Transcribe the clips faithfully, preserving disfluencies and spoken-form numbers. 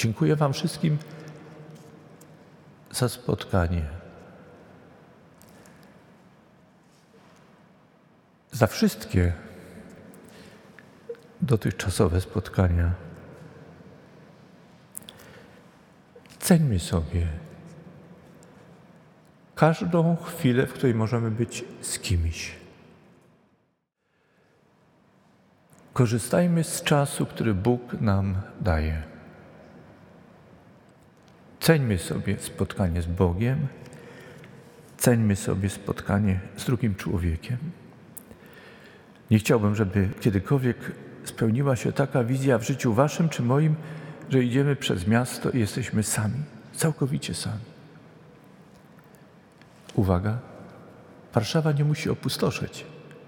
Dziękuję wam wszystkim za spotkanie. Za wszystkie dotychczasowe spotkania. Ceńmy sobie każdą chwilę, w której możemy być z kimś. Korzystajmy z czasu, który Bóg nam daje. Ceńmy sobie spotkanie z Bogiem, ceńmy sobie spotkanie z drugim człowiekiem. Nie chciałbym, żeby kiedykolwiek spełniła się taka wizja w życiu waszym czy moim, że idziemy przez miasto i jesteśmy sami, całkowicie sami. Uwaga, Warszawa nie musi opustoszeć.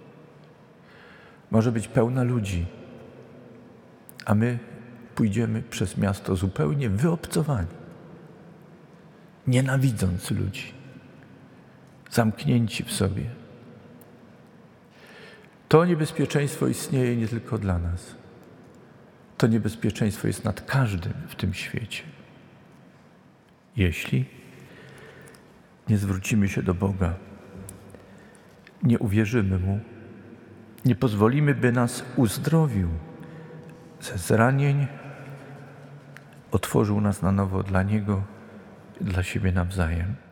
Może być pełna ludzi, a my pójdziemy przez miasto zupełnie wyobcowani, nienawidząc ludzi, zamknięci w sobie. To niebezpieczeństwo istnieje nie tylko dla nas. To niebezpieczeństwo jest nad każdym w tym świecie. Jeśli nie zwrócimy się do Boga, nie uwierzymy Mu, nie pozwolimy, by nas uzdrowił ze zranień, otworzył nas na nowo dla Niego i dla siebie nawzajem.